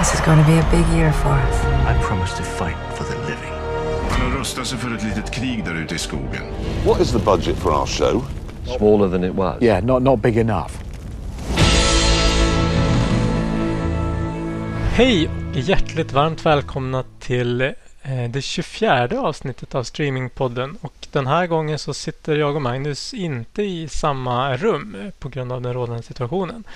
This is going to be a big year for us. I promise to fight for the living. Man har rustat sig för ett litet krig där ute i skogen. What is the budget for our show? Smaller than it was. Yeah, not big enough. Hej och hjärtligt varmt välkomna till det 24:e avsnittet av Streamingpodden. Och den här gången så sitter jag och Magnus inte i samma rum på grund av den rådande situationen.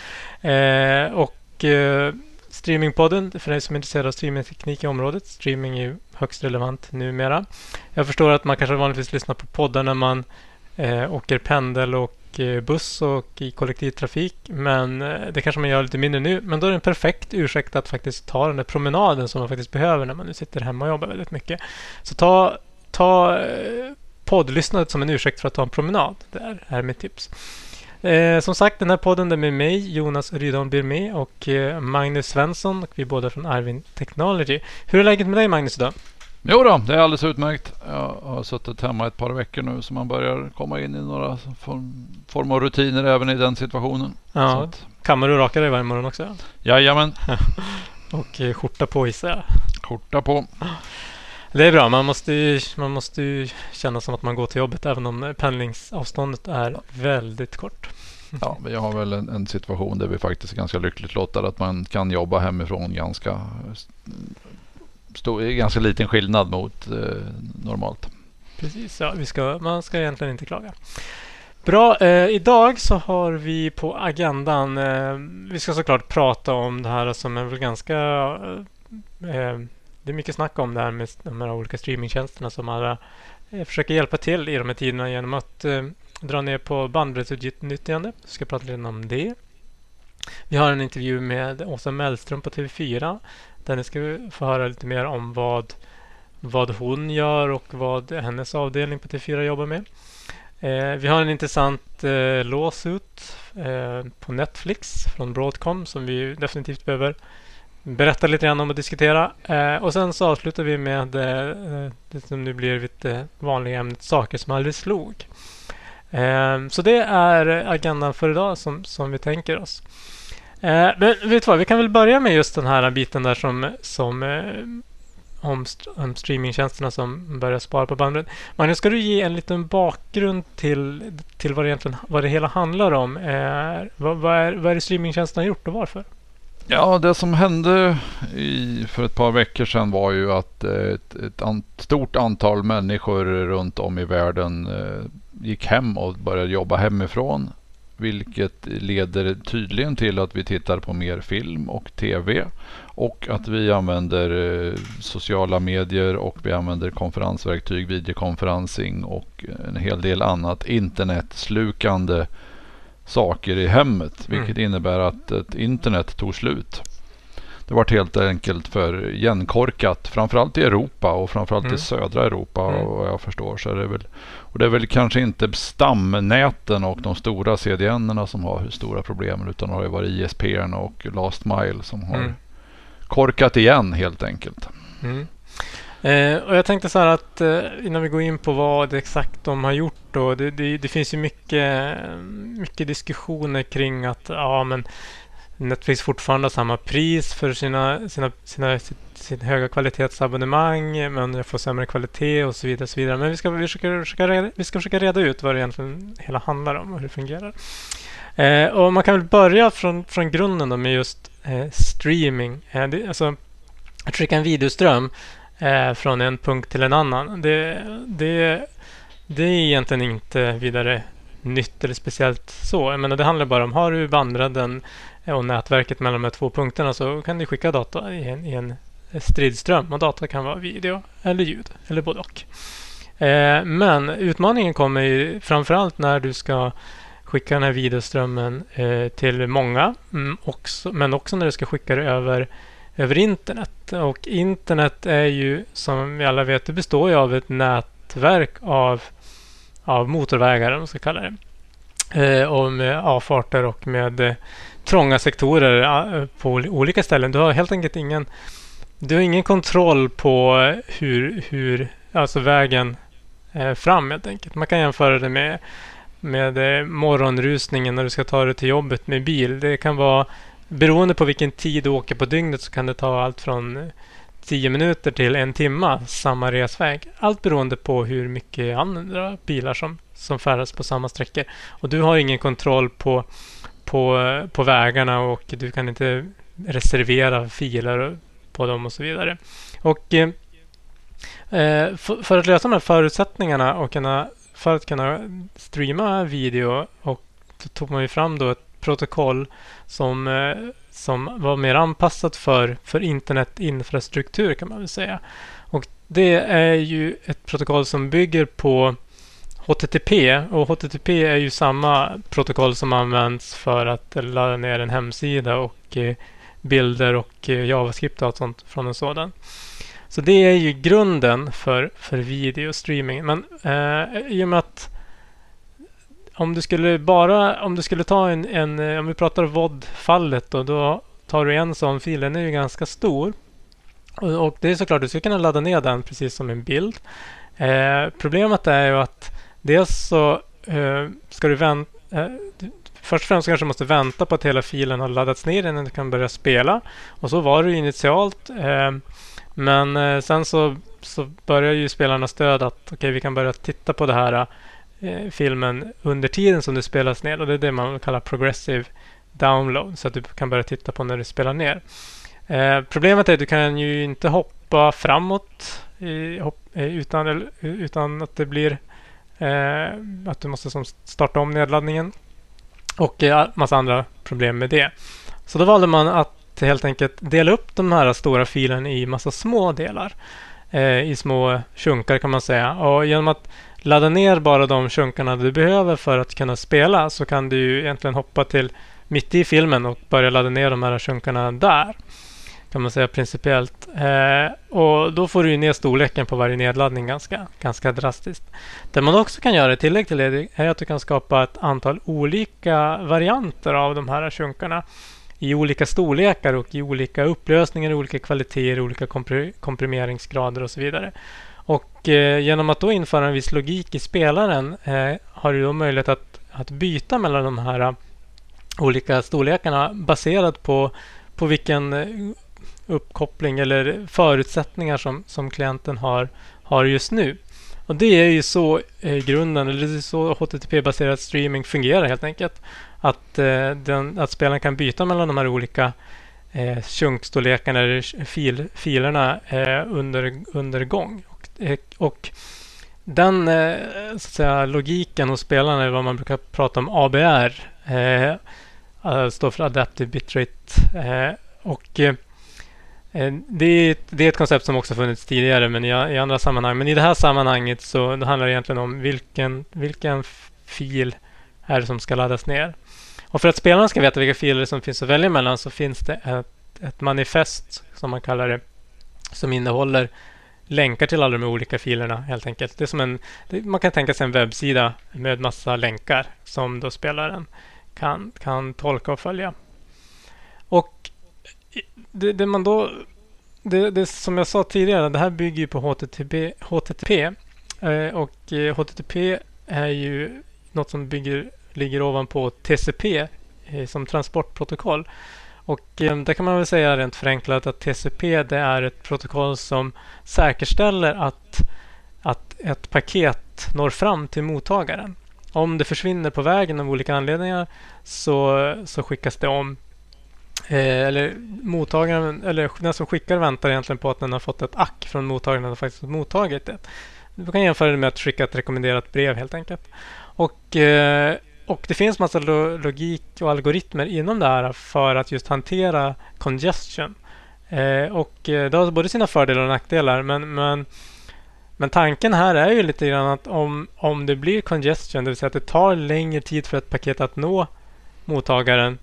Streamingpodden, för dig som är intresserad av streamingteknik i området. Streaming är ju högst relevant numera. Jag förstår att man kanske vanligtvis lyssnar på poddar när man åker pendel och buss och i kollektivtrafik, men det kanske man gör lite mindre nu. Men då är det en perfekt ursäkt att faktiskt ta den där promenaden som man faktiskt behöver när man nu sitter hemma och jobbar väldigt mycket. Så ta poddlyssnandet som en ursäkt för att ta en promenad. Det är mitt tips. Som sagt, den här podden är med mig, Jonas Rydholm blir med, och Magnus Svensson, och vi är båda från Arvin Technology. Hur är läget med dig, Magnus, idag? Jo då, det är alldeles utmärkt. Jag har suttit hemma ett par veckor nu, så man börjar komma in i några form av rutiner även i den situationen. Ja, kammar du och rakar dig varje morgon också? Jajamän. Och skjorta på, gissar jag. Skjorta på. Det är bra, man måste ju känna som att man går till jobbet även om pendlingsavståndet är väldigt kort. Ja, vi har väl en situation där vi faktiskt är ganska lyckligt lottade att man kan jobba hemifrån ganska liten skillnad mot normalt. Precis, ja, man ska egentligen inte klaga. Bra, idag så har vi på agendan, vi ska såklart prata om det här som är väl ganska... det är mycket snack om det här med de här olika streamingtjänsterna som alla försöker hjälpa till i de här tiderna genom att dra ner på bandbreddsutnyttjande. Vi ska prata lite om det. Vi har en intervju med Åsa Mellström på TV4 där ni ska få höra lite mer om vad hon gör och vad hennes avdelning på TV4 jobbar med. Vi har en intressant lawsuit på Netflix från Broadcom som vi definitivt behöver berätta lite grann om och diskutera. Och sen så avslutar vi med det som nu blir lite vanliga ämnet, saker som aldrig slog. Så det är agendan för idag som vi tänker oss. Men vet du vad, vi kan väl börja med just den här biten där om streamingtjänsterna som börjar spara på bandbredd. Magnus, ska du ge en liten bakgrund till vad det hela handlar om? Vad är det streamingtjänsterna har gjort och varför? Ja, det som hände för ett par veckor sedan var ju att ett stort antal människor runt om i världen gick hem och började jobba hemifrån. Vilket leder tydligen till att vi tittar på mer film och tv. Och att vi använder sociala medier och vi använder konferensverktyg, videokonferensing och en hel del annat internetslukande saker i hemmet, vilket innebär att ett internet tog slut. Det var helt enkelt för igenkorkat, framförallt i Europa och framförallt i södra Europa och jag förstår så är det väl. Och det är väl kanske inte stamnäten och de stora CDN-erna som har stora problem, utan det har ju varit ISP:erna och Last Mile som har korkat igen helt enkelt. Och jag tänkte så här att innan vi går in på vad exakt de har gjort då, det finns ju mycket diskussioner kring att men Netflix fortfarande har samma pris för sin höga kvalitetsabonnemang, men jag får sämre kvalitet och så vidare och så vidare. Men vi ska försöka reda ut vad det egentligen hela handlar om och hur det fungerar. Och man kan väl börja från grunden då med just streaming. Alltså att skicka en videoström från en punkt till en annan. Det är egentligen inte vidare nytt eller speciellt så. Jag menar, det handlar bara om, har du bandbredden och nätverket mellan de här två punkterna så kan du skicka data i en stridström. Och data kan vara video eller ljud eller både och. Men utmaningen kommer ju framförallt när du ska skicka den här videoströmmen till många. Men också när du ska skicka det över internet. Och internet är ju, som vi alla vet, det består ju av ett nätverk av motorvägar, om man ska kalla det. Och med avfarter och med trånga sektorer på olika ställen. Du har helt enkelt ingen kontroll på hur alltså vägen fram helt enkelt. Man kan jämföra det med morgonrusningen när du ska ta dig till jobbet med bil. Det kan vara beroende på vilken tid du åker på dygnet så kan det ta allt från 10 minuter till 1 timme samma resväg. Allt beroende på hur mycket andra bilar som färdas på samma sträckor. Och du har ingen kontroll på vägarna och du kan inte reservera filer på dem och så vidare. Och för att lösa de här förutsättningarna och för att kunna streama video, och då tog man ju fram då ett protokoll som var mer anpassat för internetinfrastruktur, kan man väl säga. Och det är ju ett protokoll som bygger på HTTP, och HTTP är ju samma protokoll som används för att ladda ner en hemsida och bilder och JavaScript och allt sånt från en sådan. Så det är ju grunden för videostreaming. Men i och med att om du skulle ta om vi pratar VOD-fallet då tar du en sån fil, den är ju ganska stor. Och det är såklart, du ska kunna ladda ner den precis som en bild. Problemet är ju att dels så ska du först och främst kanske måste vänta på att hela filen har laddats ner innan du kan börja spela. Och så var det initialt. Men sen så börjar ju spelarna stöd att vi kan börja titta på det här filmen under tiden som det spelas ner. Och det är det man kallar progressive download. Så att du kan börja titta på när du spelar ner. Problemet är att du kan ju inte hoppa framåt utan att det blir att du måste starta om nedladdningen. Och massa andra problem med det. Så då valde man att helt enkelt dela upp de här stora filerna i massa små delar. I små chunkar kan man säga. Och genom att ladda ner bara de chunkarna du behöver för att kunna spela, så kan du ju egentligen hoppa till mitt i filmen och börja ladda ner de här chunkarna där. Kan man säga principiellt. Och då får du ju ner storleken på varje nedladdning ganska drastiskt. Det man också kan göra i tillägg till det är att du kan skapa ett antal olika varianter av de här chunkarna i olika storlekar och i olika upplösningar, olika kvaliteter, olika komprimeringsgrader och så vidare. Och genom att då införa en viss logik i spelaren har du då möjlighet att byta mellan de här olika storlekarna baserat på vilken uppkoppling eller förutsättningar som klienten har just nu. Och det är ju så grunden, eller det är så HTTP-baserad streaming fungerar helt enkelt. Att spelaren kan byta mellan de här olika chunkstorlekarna eller filerna under gång. Och den så att säga, logiken hos spelarna är vad man brukar prata om ABR. Står för Adaptive Bitrate. Det är ett koncept som också funnits tidigare men i andra sammanhang. Men i det här sammanhanget så det handlar det egentligen om vilken fil är det som ska laddas ner. Och för att spelarna ska veta vilka filer som finns att välja mellan så finns det ett manifest som man kallar det, som innehåller länkar till alla de olika filerna helt enkelt. Det är som man kan tänka sig en webbsida med massa länkar som då spelaren kan tolka och följa. Och det som jag sa tidigare, det här bygger ju på HTTP och HTTP är ju något som ligger ovanpå TCP som transportprotokoll. Och där kan man väl säga rent förenklat att TCP det är ett protokoll som säkerställer att ett paket når fram till mottagaren. Om det försvinner på vägen av olika anledningar så skickas det om. Eller mottagaren, eller den som skickar väntar egentligen på att den har fått ett ack från mottagaren och faktiskt mottagit det. Du kan jämföra det med att skicka ett rekommenderat brev helt enkelt. Och det finns massa logik och algoritmer inom det här för att just hantera congestion. Och det har både sina fördelar och nackdelar. Men tanken här är ju lite grann att om det blir congestion, det vill säga att det tar längre tid för ett paket att nå mottagaren,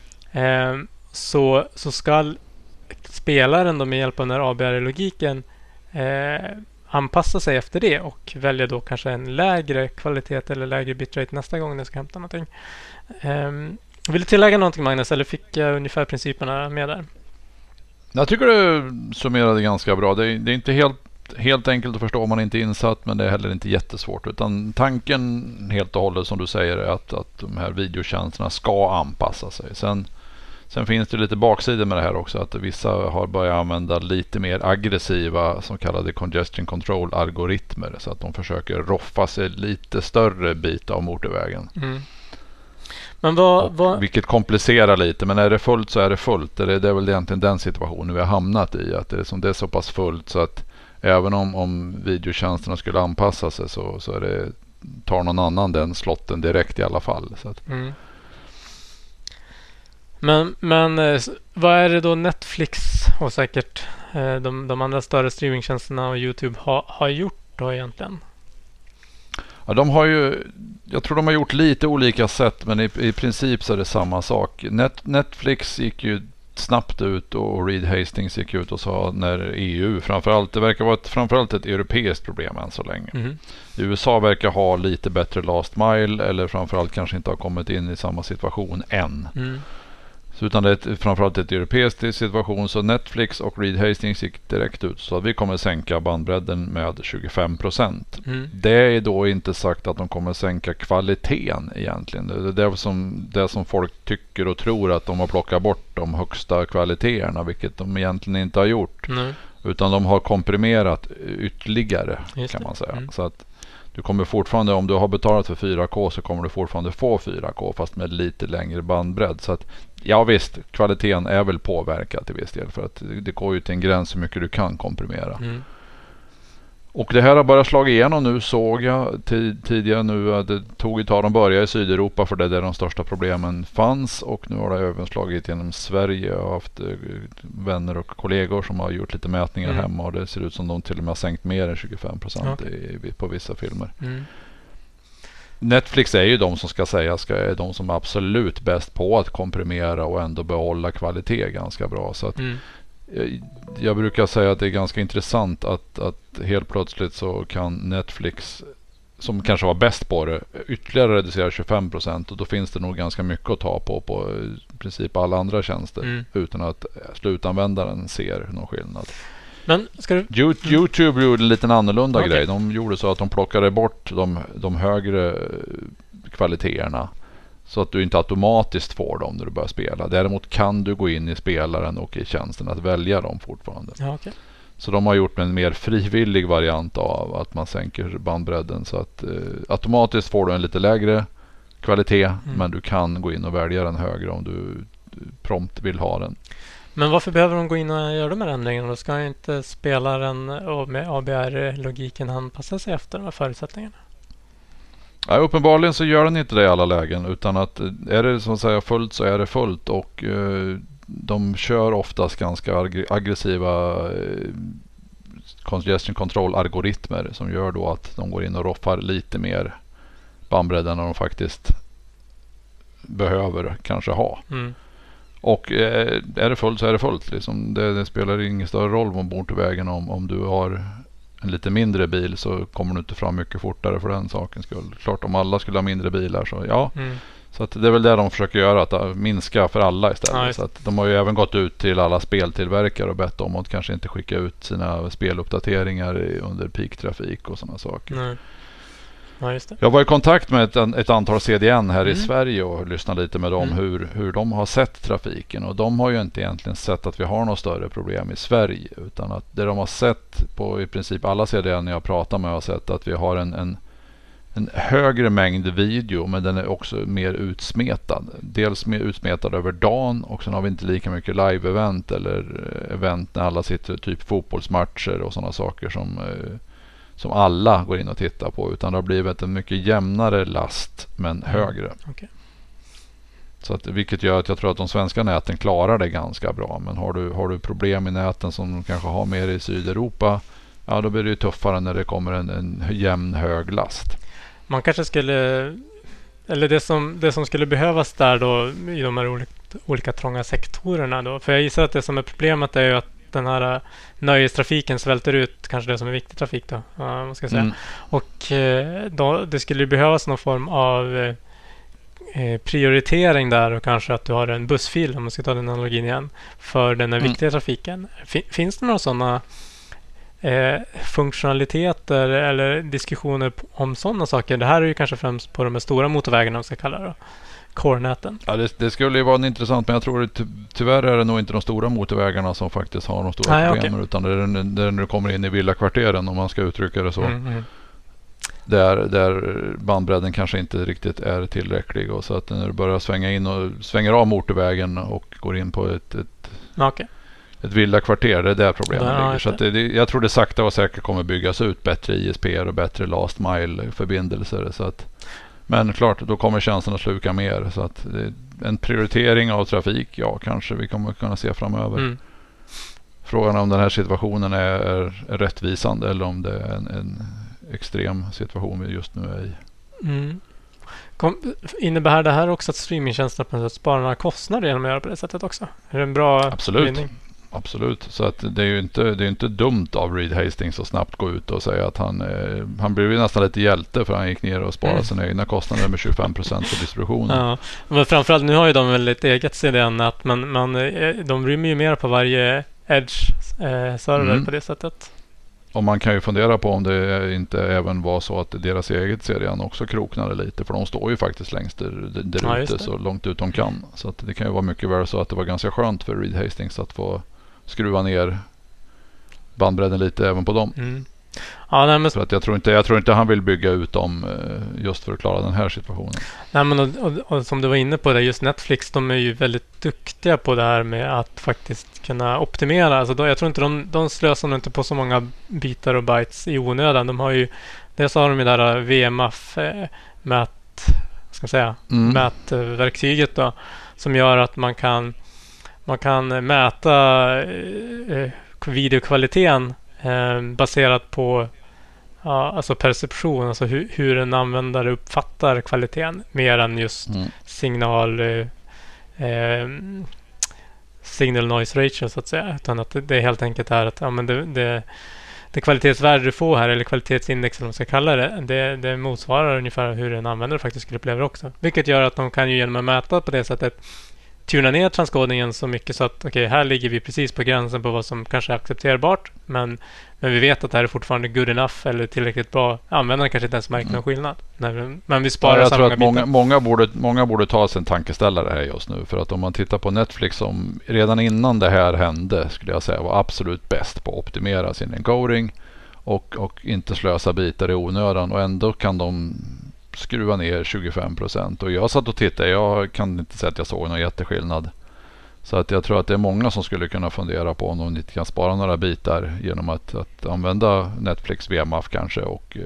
så ska spelaren då med hjälp av den här ABR-logiken anpassa sig efter det och välja då kanske en lägre kvalitet eller lägre bitrate nästa gång den ska hämta någonting. Vill du tillägga någonting, Magnus, eller fick jag ungefär principerna med där? Jag tycker du summerade ganska bra. Det är inte helt enkelt att förstå om man inte är insatt, men det är heller inte jättesvårt, utan tanken helt och hållet som du säger är att de här videotjänsterna ska anpassa sig. Sen Sen finns det lite baksidor med det här också, att vissa har börjat använda lite mer aggressiva som kallade congestion control algoritmer, så att de försöker roffa sig lite större bit av motorvägen. Men vilket komplicerar lite, men är det fullt så är det fullt. Det är väl egentligen den situationen vi har hamnat i, att det är så pass fullt så att även om videotjänsterna skulle anpassa sig så är det, tar någon annan den slotten direkt i alla fall. Så att. Men vad är det då Netflix och säkert de andra större streamingtjänsterna och YouTube har gjort då egentligen? Ja, jag tror de har gjort lite olika sätt, men i princip så är det samma sak. Netflix gick ju snabbt ut och Reed Hastings gick ut och sa när EU, det verkar vara framförallt ett europeiskt problem än så länge. USA verkar ha lite bättre last mile, eller framförallt kanske inte har kommit in i samma situation än. Så utan det är framförallt ett europeiskt situation, så Netflix och Reed Hastings gick direkt ut så att vi kommer sänka bandbredden med 25%. Det är då inte sagt att de kommer sänka kvaliteten egentligen. Det är det som folk tycker och tror, att de har plockat bort de högsta kvaliteterna, vilket de egentligen inte har gjort. Utan de har komprimerat ytterligare, kan man säga. Så att du kommer fortfarande, om du har betalat för 4K så kommer du fortfarande få 4K fast med lite längre bandbredd. Så att ja visst, kvaliteten är väl påverkad till viss del, för att det går ju till en gräns hur mycket du kan komprimera. Och det här har bara slagit igenom nu, såg jag tidigare nu. Det tog ett tag, de började i Sydeuropa för det är där de största problemen fanns, och nu har det även slagit genom Sverige. Jag har haft vänner och kollegor som har gjort lite mätningar hemma, och det ser ut som de till och med har sänkt mer än 25% på vissa filmer. Netflix är ju de som ska sägas är de som är absolut bäst på att komprimera och ändå behålla kvalitet ganska bra. Så att jag brukar säga att det är ganska intressant att helt plötsligt så kan Netflix, som kanske var bäst på det, ytterligare reducera 25%, och då finns det nog ganska mycket att ta på i princip alla andra tjänster utan att slutanvändaren ser någon skillnad. Men YouTube gjorde en liten annorlunda grej. De gjorde så att de plockade bort de högre kvaliteterna, så att du inte automatiskt får dem när du börjar spela. Däremot kan du gå in i spelaren och i tjänsten att välja dem fortfarande. Så de har gjort en mer frivillig variant av att man sänker bandbredden, så att automatiskt får du en lite lägre kvalitet, men du kan gå in och välja den högre om du prompt vill ha den. Men varför behöver de gå in och göra de här ändringarna? Då ska inte spelaren och med ABR-logiken anpassa sig efter de här förutsättningarna? Ja, uppenbarligen så gör den inte det i alla lägen, utan att är det som säger fullt så är det fullt, och de kör oftast ganska aggressiva congestion control algoritmer som gör då att de går in och roffar lite mer bandbredd än de faktiskt behöver kanske ha. Och är det fullt så är det fullt. Liksom det spelar ingen större roll på motorvägen om du har en lite mindre bil, så kommer du inte fram mycket fortare för den saken skull. Klart om alla skulle ha mindre bilar så ja. Så att det är väl det de försöker göra, att minska för alla istället. Så att de har ju även gått ut till alla speltillverkare och bett om att kanske inte skicka ut sina speluppdateringar under peaktrafik och sådana saker. Ja, just det. Jag var i kontakt med ett antal CDN här i Sverige och lyssnade lite med dem hur de har sett trafiken, och de har ju inte egentligen sett att vi har något större problem i Sverige, utan att det de har sett på i princip alla CDN jag pratar med har sett att vi har en högre mängd video, men den är också mer utsmetad. Dels mer utsmetad över dagen, och sen har vi inte lika mycket live-event eller event när alla sitter typ fotbollsmatcher och sådana saker som alla går in och tittar på, utan det har blivit en mycket jämnare last men högre. Så att, vilket gör att jag tror att de svenska näten klarar det ganska bra, men har du problem i näten som de kanske har mer i Sydeuropa, ja då blir det ju tuffare när det kommer en jämn hög last. Man kanske skulle, eller det som skulle behövas där då i de här olika trånga sektorerna då, för jag gissar att det som är problemet är ju att den här nöjestrafiken svälter ut kanske det som är viktig trafik då, man ska säga. Och då, det skulle behövas någon form av prioritering där, och kanske att du har en bussfil, om man ska ta den analogin igen, för den här viktiga trafiken. Finns det några sådana funktionaliteter eller diskussioner om sådana saker? Det här är ju kanske främst på de här stora motorvägarna, om man ska kalla det då. core-näten. Ja, det skulle ju vara intressant, men jag tror tyvärr är det nog inte de stora motorvägarna som faktiskt har de stora problemen, utan det är när du kommer in i villakvarteren, om man ska uttrycka det så. Där bandbredden kanske inte riktigt är tillräcklig, och så att när du börjar svänga in och svänger av motorvägen och går in på ett villakvarter, det är där problemet ligger. Så att jag tror det sakta och säkert kommer byggas ut bättre ISP och bättre last mile förbindelser, så att, men klart, då kommer chansen att sluka mer, så att en prioritering av trafik, ja, kanske vi kommer kunna se framöver. Frågan om den här situationen är rättvisande eller om det är en extrem situation vi just nu är i. Innebär det här också att streamingtjänsterna på något sätt sparar några kostnader genom att göra på det sättet också? Är det en bra vinning? Absolut. Så att det är ju inte dumt av Reed Hastings att snabbt gå ut och säga att han blev ju nästan lite hjälte, för han gick ner och sparade sina egna kostnader med 25% på distributionen. Ja, men framförallt nu har ju de väl ett eget CDN-nät, men de rymmer ju mer på varje Edge-server på det sättet. Och man kan ju fundera på om det inte även var så att deras eget CDN också kroknade lite, för de står ju faktiskt längst där ute, så långt ut de kan. Så att det kan ju vara mycket väl så att det var ganska skönt för Reed Hastings att få skruva ner bandbredden lite även på dem. Ja, nej, men för att jag tror inte han vill bygga ut dem just för att klara den här situationen. Nej, men och som du var inne på det, just Netflix, de är ju väldigt duktiga på det här med att faktiskt kunna optimera. Alltså jag tror inte de slösar inte på så många bitar och bytes i onödan. De har ju, dels har de ju det där VMAF mätverktyget då, som gör att man kan mäta videokvaliteten baserat på alltså perception, alltså hur en användare uppfattar kvaliteten, mer än just signal noise ratio, så att säga, utan att det helt enkelt är att det kvalitetsvärde du får här, eller kvalitetsindex eller vad man ska kalla det motsvarar ungefär hur en användare faktiskt skulle uppleva också, vilket gör att de kan ju genom att mäta på det sättet tuna ner transkodningen så mycket så att här ligger vi precis på gränsen på vad som kanske är accepterbart, men vi vet att det här är fortfarande good enough eller tillräckligt bra. Användaren kanske inte ens märker någon skillnad. Men vi sparar jag tror att många borde ta sig en tankeställare här just nu, för att om man tittar på Netflix, som redan innan det här hände skulle jag säga var absolut bäst på att optimera sin encoding och inte slösa bitar i onödan, och ändå kan de skruva ner 25%. Och jag satt och tittade, jag kan inte säga att jag såg någon jätteskillnad. Så att jag tror att det är många som skulle kunna fundera på om de inte kan spara några bitar genom att använda Netflix VMAF kanske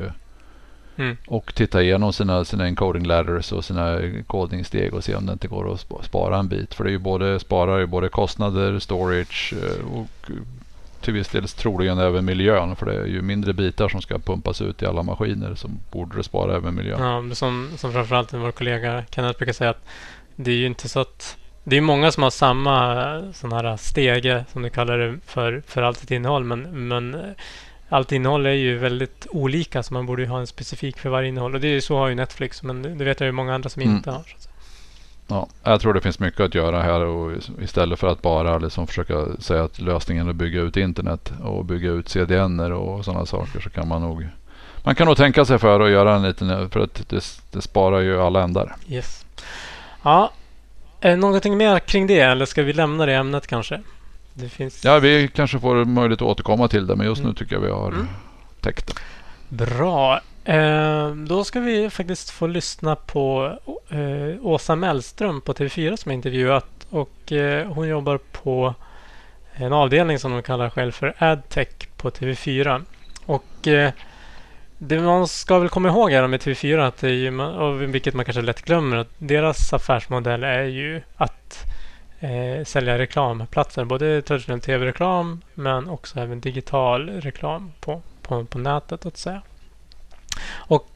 och titta igenom sina encoding ladders och sina kodningssteg och se om det inte går att spara en bit. För det är ju sparar både kostnader, storage och till viss del troligen även miljön, för det är ju mindre bitar som ska pumpas ut i alla maskiner, som borde det spara även miljön. Ja, som framförallt vår kollega Kenneth brukar säga, att det är ju inte så att det är många som har samma sån här stege som du kallar det för allt sitt innehåll, men allt innehåll är ju väldigt olika, så man borde ju ha en specifik för varje innehåll, och det är ju så har ju Netflix, men det vet jag ju många andra som inte har. Ja, jag tror det finns mycket att göra här, och istället för att bara liksom försöka säga att lösningen är att bygga ut internet och bygga ut CDN:er och sådana saker, så kan man kan nog tänka sig för att göra en liten, för att det sparar ju alla ändar. Yes. Ja, någonting mer kring det, eller ska vi lämna det ämnet kanske? Det finns... Ja, vi kanske får möjlighet att återkomma till det, men just nu tycker jag vi har täckt det. Bra. Då ska vi faktiskt få lyssna på Åsa Mellström på TV4 som jag intervjuat, och hon jobbar på en avdelning som de kallar själv för AdTech på TV4, och det man ska väl komma ihåg här med TV4, att det är ju, och vilket man kanske lätt glömmer, att deras affärsmodell är ju att sälja reklamplatser, både traditionell tv-reklam men också även digital reklam på nätet, att säga. Och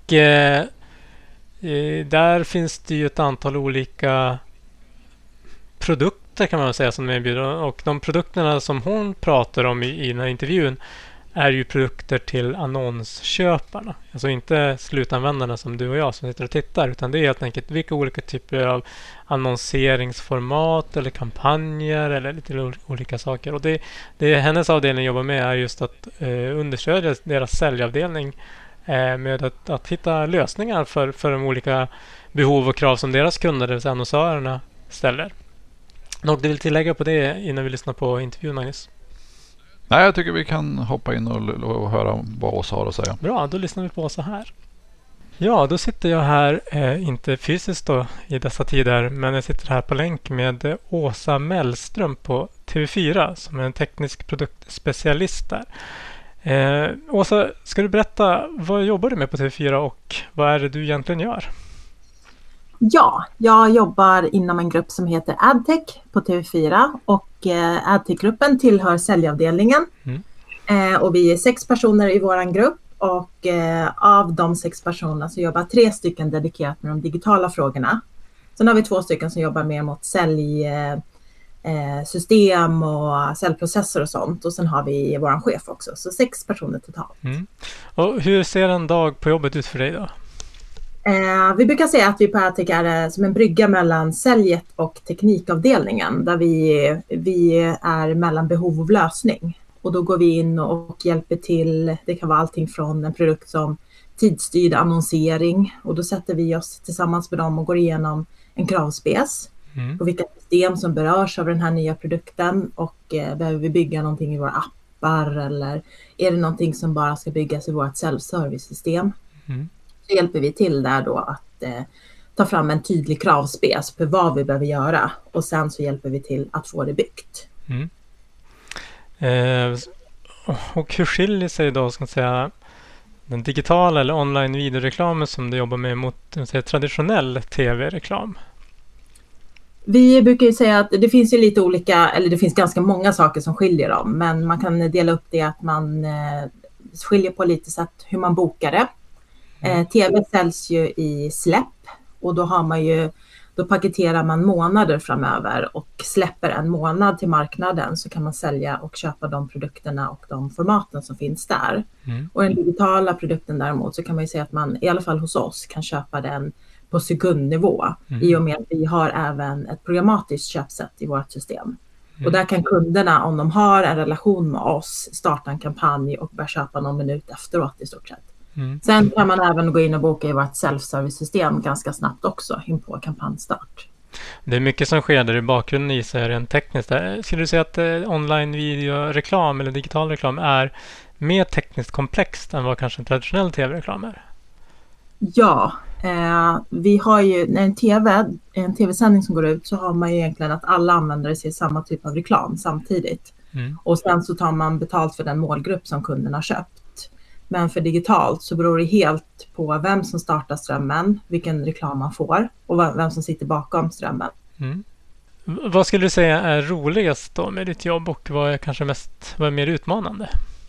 där finns det ju ett antal olika produkter kan man säga som de erbjuder, och de produkterna som hon pratar om i den här intervjun är ju produkter till annonsköparna. Alltså inte slutanvändarna som du och jag som sitter och tittar, utan det är helt enkelt vilka olika typer av annonseringsformat eller kampanjer eller lite olika saker. Och det hennes avdelning jobbar med är just att understödja deras säljavdelning med att hitta lösningar för de olika behov och krav som deras kunder, det vill säga annonsörerna, ställer. Något du vill tillägga på det innan vi lyssnar på intervjun, Magnus? Nej, jag tycker vi kan hoppa in och höra vad Åsa har att säga. Bra, då lyssnar vi på Åsa här. Ja, då sitter jag här, inte fysiskt då i dessa tider, men jag sitter här på länk med Åsa Mellström på TV4 som är en teknisk produktspecialist där. Åsa, ska du berätta, vad jobbar du med på TV4 och vad är det du egentligen gör? Ja, jag jobbar inom en grupp som heter AdTech på TV4 och AdTech-gruppen tillhör säljavdelningen. Och vi är 6 personer i våran grupp och av de 6 personerna så jobbar 3 stycken dedikerat med de digitala frågorna. Sen har vi 2 stycken som jobbar mer mot säljsystem och säljprocesser och sånt. Och sen har vi våran chef också, så 6 personer totalt. Och hur ser en dag på jobbet ut för dig då? Vi brukar säga att vi på AdTech är som en brygga mellan säljet och teknikavdelningen där vi är mellan behov och lösning. Och då går vi in och hjälper till. Det kan vara allting från en produkt som tidsstyrd annonsering. Och då sätter vi oss tillsammans med dem och går igenom en kravspec. På vilka system som berörs av den här nya produkten. Och behöver vi bygga någonting i våra appar eller är det någonting som bara ska byggas i vårt self-service-system. Så hjälper vi till där då att ta fram en tydlig kravspec på vad vi behöver göra. Och sen så hjälper vi till att få det byggt. Och hur skiljer sig då, ska jag säga, den digitala eller online videoreklamen som du jobbar med mot traditionell tv-reklam? Vi brukar ju säga att det finns ju lite olika, eller det finns ganska många saker som skiljer dem. Men man kan dela upp det att man skiljer på lite sätt hur man bokar det. TV säljs ju i släpp och då paketerar man månader framöver och släpper en månad till marknaden så kan man sälja och köpa de produkterna och de formaten som finns där. Och den digitala produkten däremot så kan man ju säga att man i alla fall hos oss kan köpa den på sekundnivå i och med att vi har även ett programmatiskt köpsätt i vårt system. Och där kan kunderna, om de har en relation med oss, starta en kampanj och börja köpa någon minut efteråt i stort sett. Sen kan man även gå in och boka i vårt self-service-system ganska snabbt också in på kampanjstart. Det är mycket som sker där i bakgrunden i sig rent tekniskt. Skulle du säga att online-videoreklam eller digital reklam är mer tekniskt komplext än vad kanske en traditionell tv-reklam är? Ja, vi har ju när en tv-sändning som går ut så har man ju egentligen att alla användare ser samma typ av reklam samtidigt. Och sen så tar man betalt för den målgrupp som kunden har köpt. Men för digitalt så beror det helt på vem som startar strömmen, vilken reklam man får och vem som sitter bakom strömmen. Vad skulle du säga är roligast då med ditt jobb och vad är mer utmanande?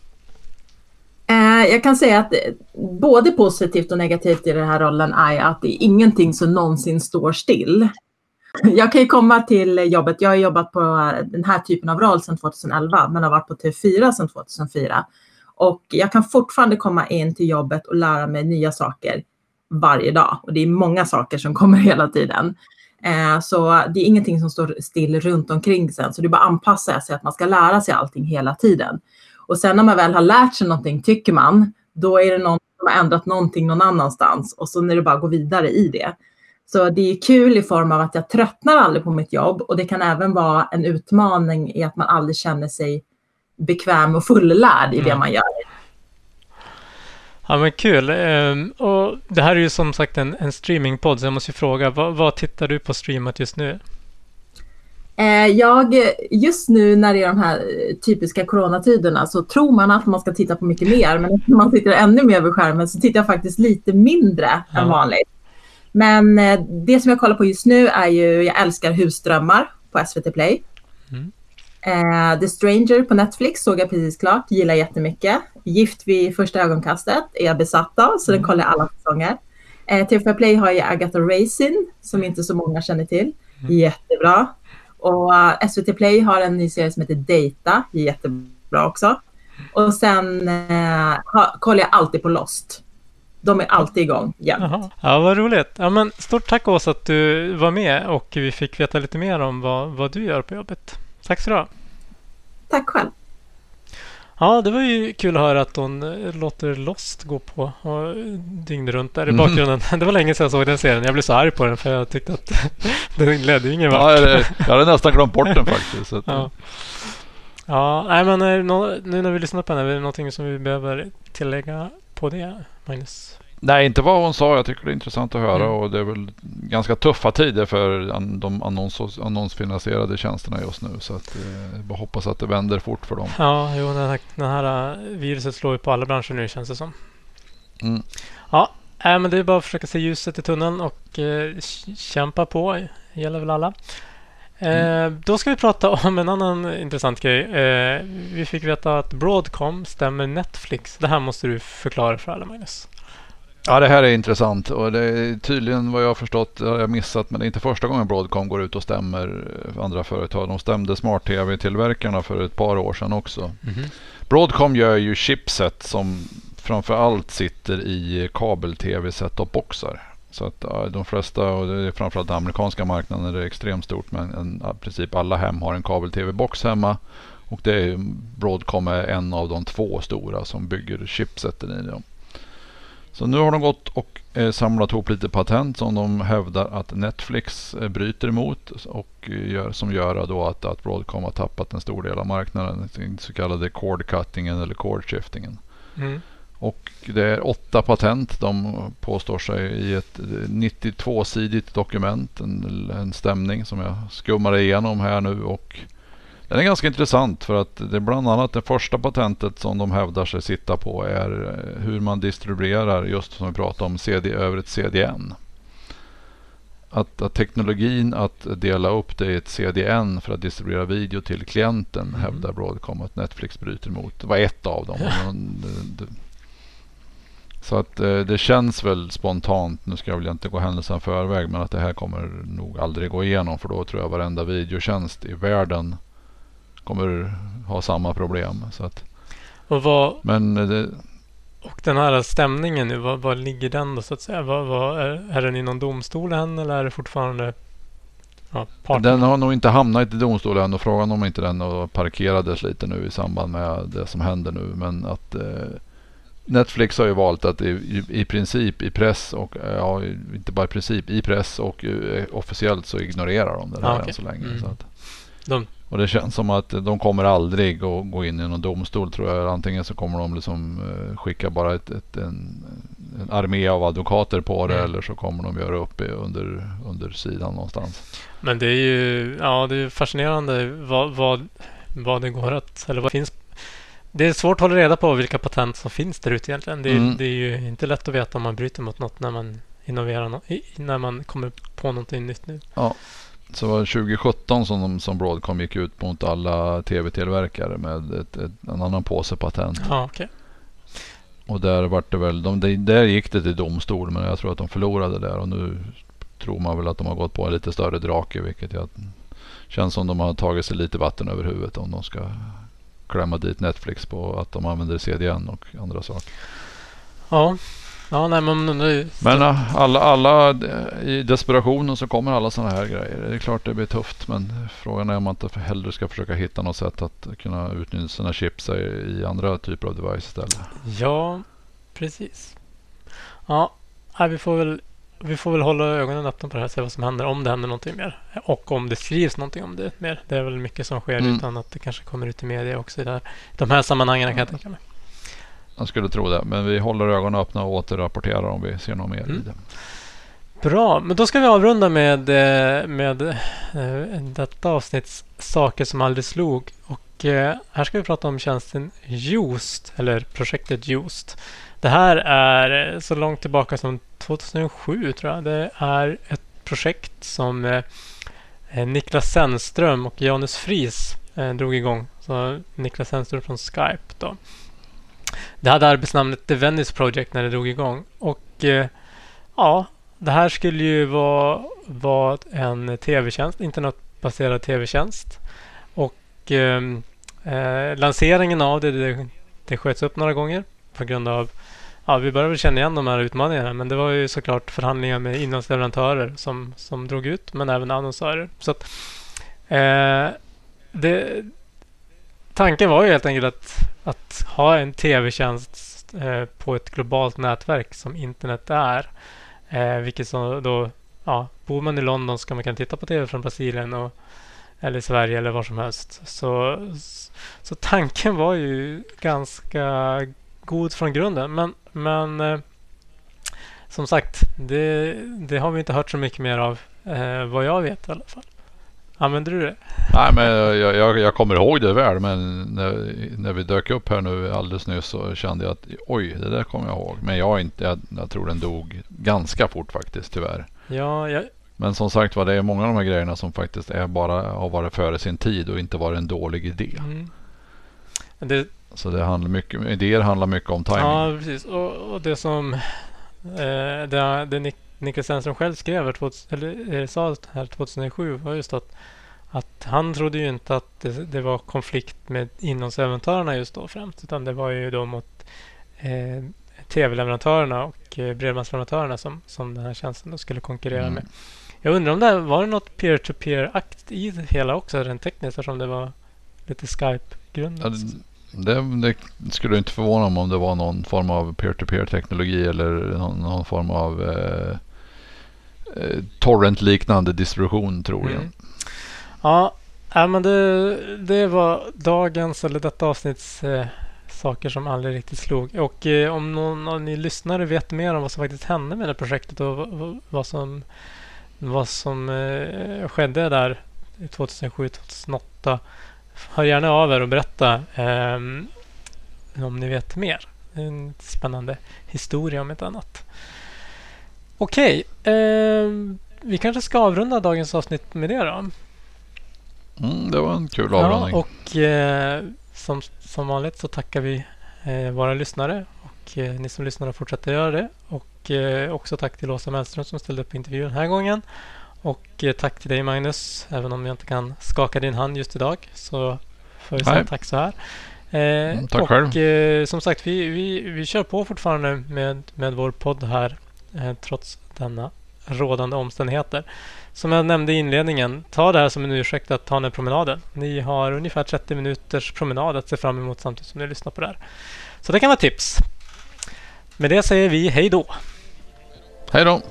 Jag kan säga att både positivt och negativt i den här rollen är att det är ingenting som någonsin står still. Jag kan ju komma till jobbet, jag har jobbat på den här typen av roll sedan 2011 men har varit på TV4 sedan 2004. Och jag kan fortfarande komma in till jobbet och lära mig nya saker varje dag. Och det är många saker som kommer hela tiden. Så det är ingenting som står still runt omkring sen. Så det är bara att anpassa sig att man ska lära sig allting hela tiden. Och sen när man väl har lärt sig någonting tycker man, då är det någon som har ändrat någonting någon annanstans. Och så när det bara går vidare i det. Så det är kul i form av att jag tröttnar aldrig på mitt jobb. Och det kan även vara en utmaning i att man aldrig känner sig bekväm och fullärd i det man gör. Ja, men kul. Och det här är ju som sagt en streamingpodd, så jag måste ju fråga, vad tittar du på streamat just nu? Just nu när det är de här typiska coronatiderna så tror man att man ska titta på mycket mer, men när man tittar ännu mer vid skärmen så tittar jag faktiskt lite mindre än vanligt. Men det som jag kollar på just nu är ju, jag älskar Husdrömmar på SVT Play. The Stranger på Netflix såg jag precis klart, gillar jättemycket. Gift vid första ögonkastet är jag besatt av, så den kollar jag alla säsonger. TV4 Play har jag Agatha Raisin som inte så många känner till, jättebra. Och SVT Play har en ny serie som heter Data, jättebra också. Och sen kollar jag alltid på Lost. De är alltid igång. Ja, vad roligt. Ja, men stort tack Åsa att du var med och vi fick veta lite mer om vad du gör på jobbet. Tack så du ha. Tack själv. Ja, det var ju kul att höra att hon låter Lost gå på och dygn runt där i bakgrunden. Det var länge sedan jag såg den serien. Jag blev så arg på den för jag tyckte att den ledde ingen vart. Ja, jag hade nästan glömt bort den faktiskt. Så att, ja, nej, men nu när vi lyssnar på den, är det någonting som vi behöver tillägga på det, Magnus? Nej, inte vad hon sa. Jag tycker det är intressant att höra och det är väl ganska tuffa tider för de annonsfinansierade tjänsterna just nu. Så att jag bara hoppas att det vänder fort för dem. Ja, jo, den här viruset slår ju på alla branscher nu, känns det som. Ja, men det är bara att försöka se ljuset i tunneln och kämpa på. Det gäller väl alla. Då ska vi prata om en annan intressant grej. Vi fick veta att Broadcom stämmer Netflix. Det här måste du förklara för alla, Magnus. Ja, det här är intressant och det är tydligen vad jag har förstått, jag har missat, men det är inte första gången Broadcom går ut och stämmer andra företag. De stämde smart-tv-tillverkarna för ett par år sedan också. Broadcom gör ju chipset som framförallt sitter i kabel-tv set-top-boxar. Så att de flesta, och det är framförallt den amerikanska marknaden, det är extremt stort, men i princip alla hem har en kabel-tv-box hemma. Och det är Broadcom är en av de 2 stora som bygger chipseten i dem. Så nu har de gått och samlat ihop lite patent som de hävdar att Netflix bryter emot och som gör då att Broadcom har tappat en stor del av marknaden, den så kallade cord cuttingen eller cord shiftingen. Och det är 8 patent. De påstår sig i ett 92-sidigt dokument, en stämning som jag skummar igenom här nu, och den är ganska intressant för att det är bland annat det första patentet som de hävdar sig sitta på är hur man distribuerar, just som vi pratade om, CD över ett CDN. Att teknologin att dela upp det i ett CDN för att distribuera video till klienten hävdar Broadcom att Netflix bryter emot. Det var ett av dem. Så att det känns väl spontant, nu ska jag väl inte gå händelsen förväg, men att det här kommer nog aldrig gå igenom, för då tror jag varenda videotjänst i världen kommer ha samma problem. Så att, och den här stämningen nu, vad ligger den då så att säga? Är den i någon domstol än, eller är det fortfarande Den har nog inte hamnat i domstolen, och frågan om inte den parkerades lite nu i samband med det som händer nu, men att Netflix har ju valt att i princip i press och inte bara i princip i press och officiellt så ignorerar de det här än så länge. Så att, och det känns som att de kommer aldrig att gå in i någon domstol, tror jag. Antingen så kommer de liksom skicka bara en armé av advokater på det, eller så kommer de göra upp under sidan någonstans. Men det är ju det är fascinerande vad det går att, eller vad finns. Det är svårt att hålla reda på vilka patent som finns där ute egentligen. Det är ju inte lätt att veta om man bryter mot något när man innoverar när man kommer på någonting nytt nu. Ja. Så var det 2017 som Broadcom gick ut mot alla tv-tillverkare med en annan påse patent. Ja, okej. Och där var det väl, där gick det till domstol, men jag tror att de förlorade där, och nu tror man väl att de har gått på en lite större drake, vilket känns som de har tagit sig lite vatten över huvudet om de ska klämma dit Netflix på att de använder CDN och andra saker. Ja, nej, men alla i desperationen så kommer alla såna här grejer. Det är klart det blir tufft, men frågan är om man inte hellre ska försöka hitta något sätt att kunna utnyttja sina chips i andra typer av device istället. Ja, precis. Ja, vi får väl hålla ögonen öppna på det här och se vad som händer, om det händer någonting mer. Och om det skrivs någonting om det mer. Det är väl mycket som sker utan att det kanske kommer ut i media också i de här sammanhangen, kan jag tänka mig. Jag skulle tro det, men vi håller ögonen öppna och återrapporterar om vi ser något mer i det. Bra, men då ska vi avrunda med detta avsnitts saker som aldrig slog. Och här ska vi prata om tjänsten Joost, eller projektet Joost. Det här är så långt tillbaka som 2007, tror jag. Det är ett projekt som Niklas Zennström och Janus Fries drog igång. Så Niklas Zennström från Skype då. Det hade arbetsnamnet The Venice Project när det drog igång. Och det här skulle ju vara en tv-tjänst, internetbaserad tv-tjänst. Och lanseringen av det sköts upp några gånger på grund av vi börjar väl känna igen de här utmaningarna, men det var ju såklart förhandlingar med innehållsleverantörer som drog ut, men även annonsörer. Så att tanken var ju helt enkelt att ha en tv-tjänst på ett globalt nätverk som internet är. Vilket så då, ja, bor man i London så kan man titta på tv från Brasilien eller Sverige eller var som helst. Så tanken var ju ganska god från grunden. Men som sagt, det har vi inte hört så mycket mer av vad jag vet i alla fall. Använder du det? Nej, men jag kommer ihåg det väl, men när vi dök upp här nu alldeles nyss så kände jag att oj, det där kommer jag ihåg. Men jag tror den dog ganska fort faktiskt, tyvärr. Ja. Men som sagt var, det är många av de här grejerna som faktiskt har varit före sin tid och inte varit en dålig idé. Så det handlar mycket, idéer handlar mycket om timing. Ja, precis. Och det som det Niklas Zennström själv skrev sa här 2007 var just att han trodde ju inte att det var konflikt med innehållsleverantörerna just då främst, utan det var ju då mot tv-leverantörerna och bredbandsleverantörerna som den här tjänsten då skulle konkurrera med. Jag undrar om det var något peer-to-peer-akt i det hela också, rent tekniskt, eftersom det var lite Skype-grundat. Det skulle inte förvåna mig om det var någon form av peer-to-peer-teknologi eller någon form av torrent-liknande distribution, tror jag. Ja, men det var dagens eller detta avsnitts saker som aldrig riktigt slog. Och om någon av ni lyssnare vet mer om vad som faktiskt hände med det projektet och vad som skedde där 2007-2008, hör gärna av er och berätta om ni vet mer. En spännande historia om ett annat. Okej, vi kanske ska avrunda dagens avsnitt med det då. Det var en kul avrundning. Ja, och som vanligt så tackar vi våra lyssnare och ni som lyssnar och fortsätter göra det. Och också tack till Åsa Mellström som ställde upp på intervjun den här gången. Och tack till dig, Magnus. Även om jag inte kan skaka din hand just idag så får vi säga tack så här. Tack själv. Och som sagt, vi kör på fortfarande med vår podd här trots denna rådande omständigheter. Som jag nämnde i inledningen, ta det här som en ursäkt att ta den promenaden. Ni har ungefär 30 minuters promenad att se fram emot samtidigt som ni lyssnar på det här. Så det kan vara tips. Med det säger vi hej då. Hej då.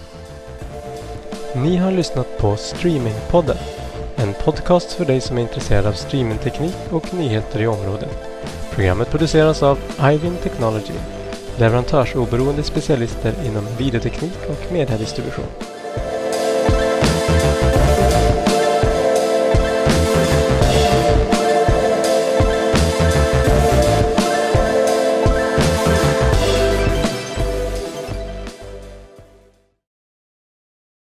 Ni har lyssnat på Streamingpodden. En podcast för dig som är intresserad av streamingteknik och nyheter i området. Programmet produceras av Ivin Technology, leverantörsoberoende specialister inom videoteknik och mediedistribution.